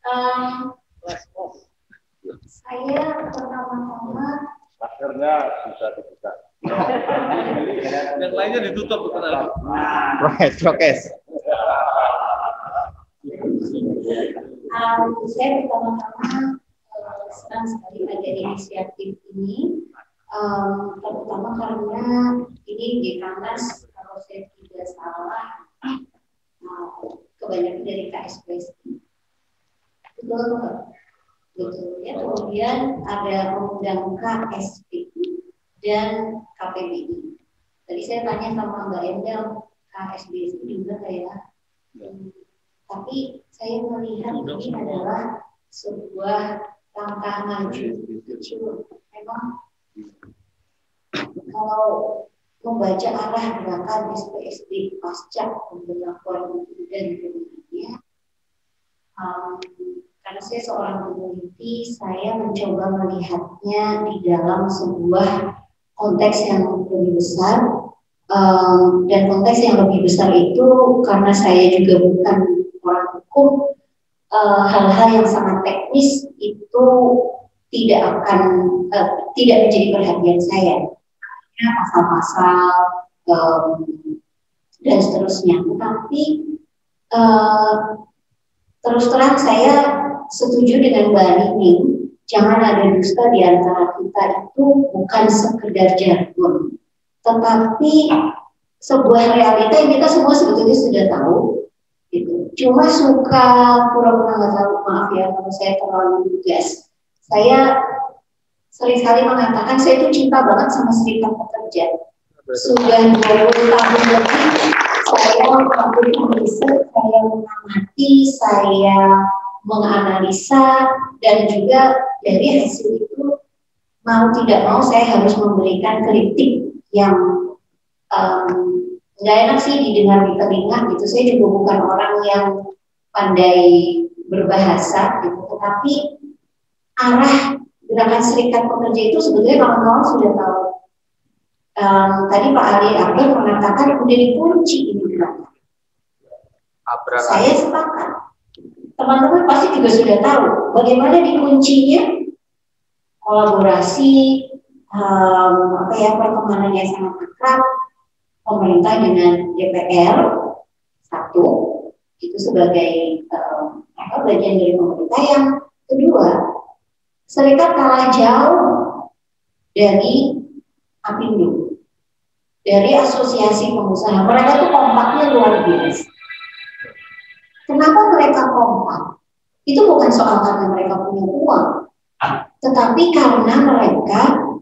Um, saya pertama-tama maskernya bisa dibuka. Yang lainnya ditutup betul. Prokes. Saya pertama-tama senang sekali ada inisiatif ini, terutama karena ini di Kanas, kalau saya tidak salah, kebanyakan dari KSPSI. Betul. Betul ya. Kemudian ada undang KSPI dan KPBI. Tadi saya tanya sama Mbak Endel, KSBSI juga ya. Tapi saya melihat ini adalah sebuah langkah maju kecil. Memang kalau membaca arah gerakan SPSD pasca pemberlakuan dan kemudiannya, karena saya seorang peneliti, saya mencoba melihatnya di dalam sebuah konteks yang lebih besar, dan konteks yang lebih besar itu karena saya juga bukan orang hukum, hal-hal yang sangat teknis itu tidak menjadi perhatian saya, pasal-pasal dan seterusnya. Tetapi terus terang saya setuju dengan Mbak Nining, jangan ada dusta di antara kita, itu bukan sekedar jargon, tetapi sebuah realita yang kita semua sebetulnya sudah tahu. Gitu. Cuma suka pura-pura nggak tahu, maaf ya kalau saya terlalu lugas. Saya sering sekali mengatakan saya itu cinta banget sama serikat pekerja. Sudah 20 tahun lebih saya melakukan riset, saya mengamati, saya menganalisa, dan juga dari hasil itu mau tidak mau saya harus memberikan kritik yang nggak enak sih didengar di telinga gitu. Saya juga bukan orang yang pandai berbahasa gitu, tetapi arah gerakan serikat pekerja itu sebetulnya kawan-kawan sudah tahu. Tadi Pak Ali Akbar mengatakan udah dikunci ini gerakan. Saya sepakat. Teman-teman pasti juga sudah tahu bagaimana dikuncinya, kolaborasi, pertemanan yang sangat akrab pemerintah dengan DPR, satu itu sebagai bagian dari pemerintah. Yang kedua, serikat kalah jauh dari APindo, dari asosiasi pengusaha. Mereka tuh kompaknya luar biasa. Kenapa mereka kompak? Itu bukan soal karena mereka punya uang, tetapi karena mereka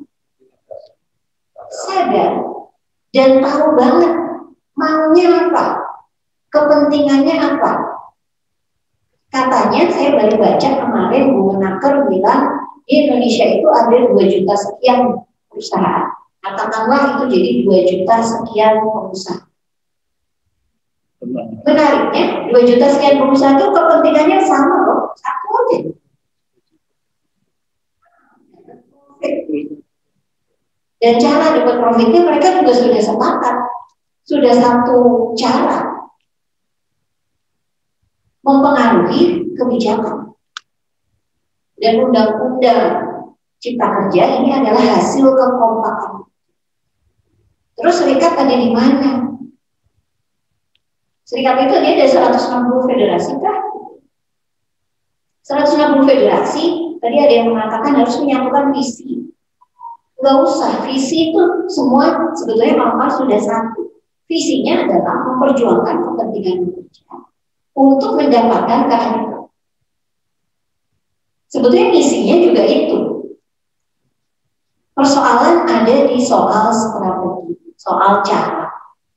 sadar dan tahu banget maunya apa, kepentingannya apa. Katanya saya baru baca kemarin Bu Menaker bilang di Indonesia itu ada 2 juta sekian perusahaan. Katakanlah itu jadi 2 juta sekian pengusaha. Menariknya 2 juta sekian pengusaha itu kepentingannya sama loh, satu aja. Dan cara dapat profitnya mereka juga sudah sepakat, sudah satu cara mempengaruhi kebijakan. Dan undang-undang Cipta Kerja ini adalah hasil kekompakan. Terus serikat ada di mana? Serikat itu dia ada 160 federasi kah? 160 federasi, tadi ada yang mengatakan harus menyatukan visi. Nggak usah, visi itu semua sebetulnya malah sudah satu. Visinya adalah memperjuangkan kepentingan pekerja untuk mendapatkan keadilan. Sebetulnya misinya juga itu. Persoalan ada di soal strategi, soal cara.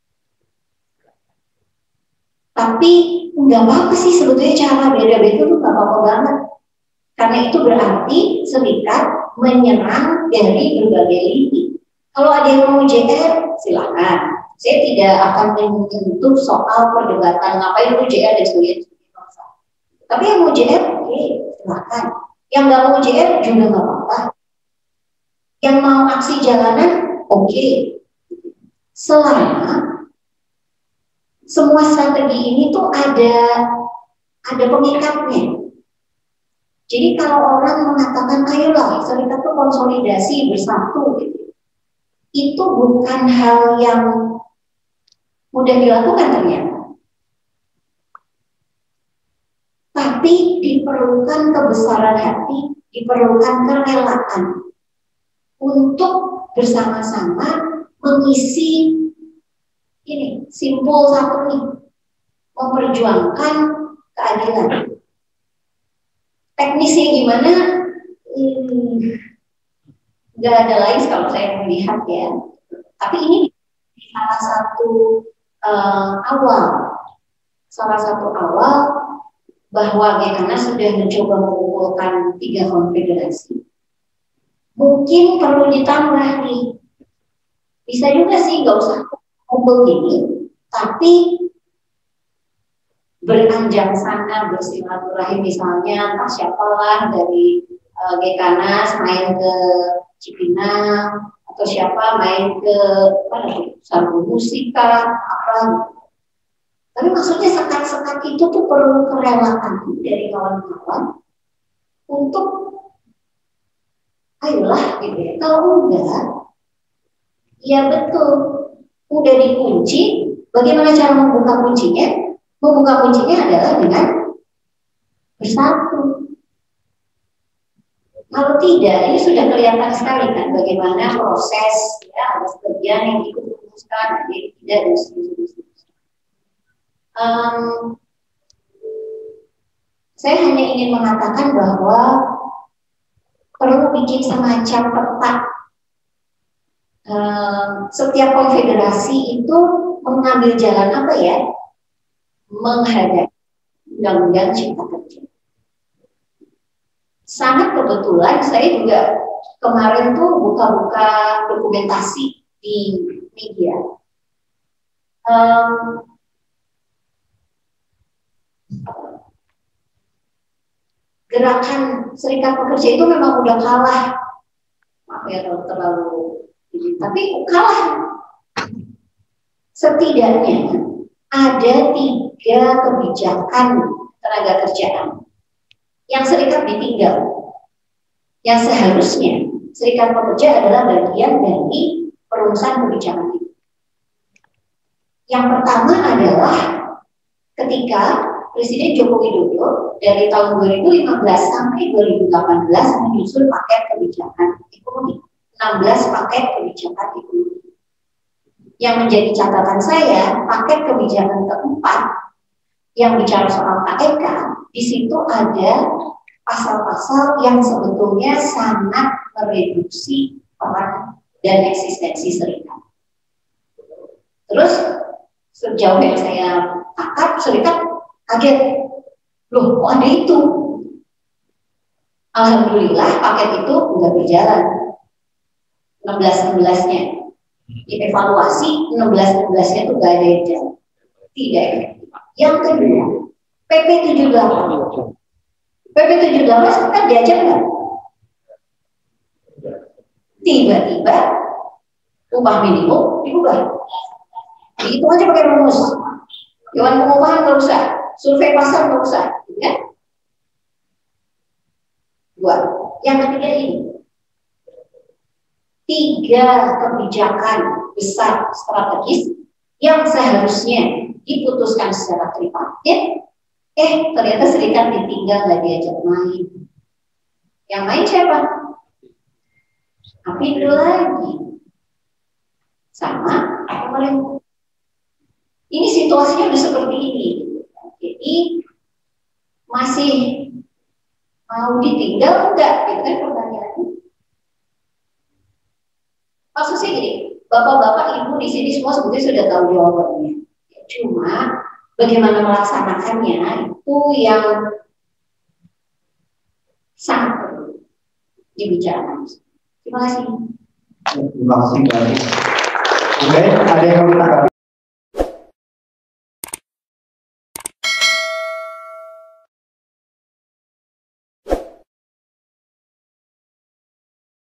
Tapi nggak apa-apa sih sebetulnya cara beda-beda itu nggak apa-apa banget. Karena itu berarti serikat menyerang dari berbagai lini. Kalau ada yang mau JR, silakan. Saya tidak akan menyentuh soal perdebatan ngapain itu JR dan sebagainya. Tapi yang mau JR, oke, silakan. Yang nggak mau JR juga nggak apa-apa. Yang mau aksi jalanan, oke. Selama semua strategi ini tuh ada pengikatnya. Jadi kalau orang mengatakan ayolah serikat itu konsolidasi bersatu, gitu, itu bukan hal yang mudah dilakukan ternyata. Tapi diperlukan kebesaran hati, diperlukan kerelaan untuk bersama-sama mengisi ini simpul satu nih, memperjuangkan keadilan. Teknisnya gimana? Nggak ada lain kalau saya melihat ya. Tapi ini salah satu salah satu awal bahwa Gekana sudah mencoba mengumpulkan 3 konfederasi. Mungkin perlu ditambah nih. Bisa juga sih nggak usah kumpul gini, tapi beranjak sana bersilaturahim, misalnya entah siapalah dari Gekanas main ke Cipinang atau siapa main ke Sarbu Musika apa gitu. Tapi maksudnya sekat-sekat itu tuh perlu kerelaan dari kawan-kawan untuk ayolah gitu ya. Kalau enggak, ya betul udah dikunci, bagaimana cara membuka kuncinya? Membuka kuncinya adalah dengan bersatu. Kalau tidak, ini sudah kelihatan sekali kan bagaimana proses ya atas kerjaan yang ikut merumuskan, tidak dan seterusnya. Saya hanya ingin mengatakan bahwa perlu bikin semacam peta. Setiap konfederasi itu mengambil jalan apa ya? Menghadapi undang-undang cipta kerja. Sangat kebetulan saya juga kemarin tuh buka-buka dokumentasi di media. Gerakan serikat pekerja itu memang udah kalah. Maaf ya kalau terlalu ini, tapi kalah. Setidaknya ada 3 kebijakan tenaga kerjaan yang serikat ditinggal, yang seharusnya serikat pekerja adalah bagian dari perumusan kebijakan itu. Yang pertama adalah ketika Presiden Joko Widodo dari tahun 2015 sampai 2018 menyusun paket kebijakan ekonomi, 16 paket kebijakan ekonomi. Yang menjadi catatan saya, paket kebijakan keempat yang bicara soal KEK, di situ ada pasal-pasal yang sebetulnya sangat mereduksi peran dan eksistensi serikat. Terus sejauh yang saya tangkap, serikat kaget, loh kok ada itu? Alhamdulillah paket itu nggak berjalan. 16-16-nya dievaluasi, 16-16-nya itu nggak ada yang jalan, tidak efektif. Yang kedua, PP 78. PP 78 kan diajar nggak? Tiba-tiba upah minimum diubah. Itu aja pakai rumus. Dewan pengupahan nggak usah, survei pasar nggak usah, ya? Dua. Yang ketiga ini, 3 kebijakan besar strategis yang seharusnya diputuskan secara tripartit, ternyata serikat ditinggal, nggak diajak main. Yang main siapa? Apindo lagi, sama pemerintah. Ini situasinya udah seperti ini. Jadi masih mau ditinggal enggak? Gitu kan pertanyaannya. Maksudnya gini, bapak-bapak, ibu di sini semua sebetulnya sudah tahu jawabannya. Cuma bagaimana melaksanakannya itu yang sangat perlu dibicarakan. Terima kasih. Terima kasih. Oke, ada yang mau ditanggapi?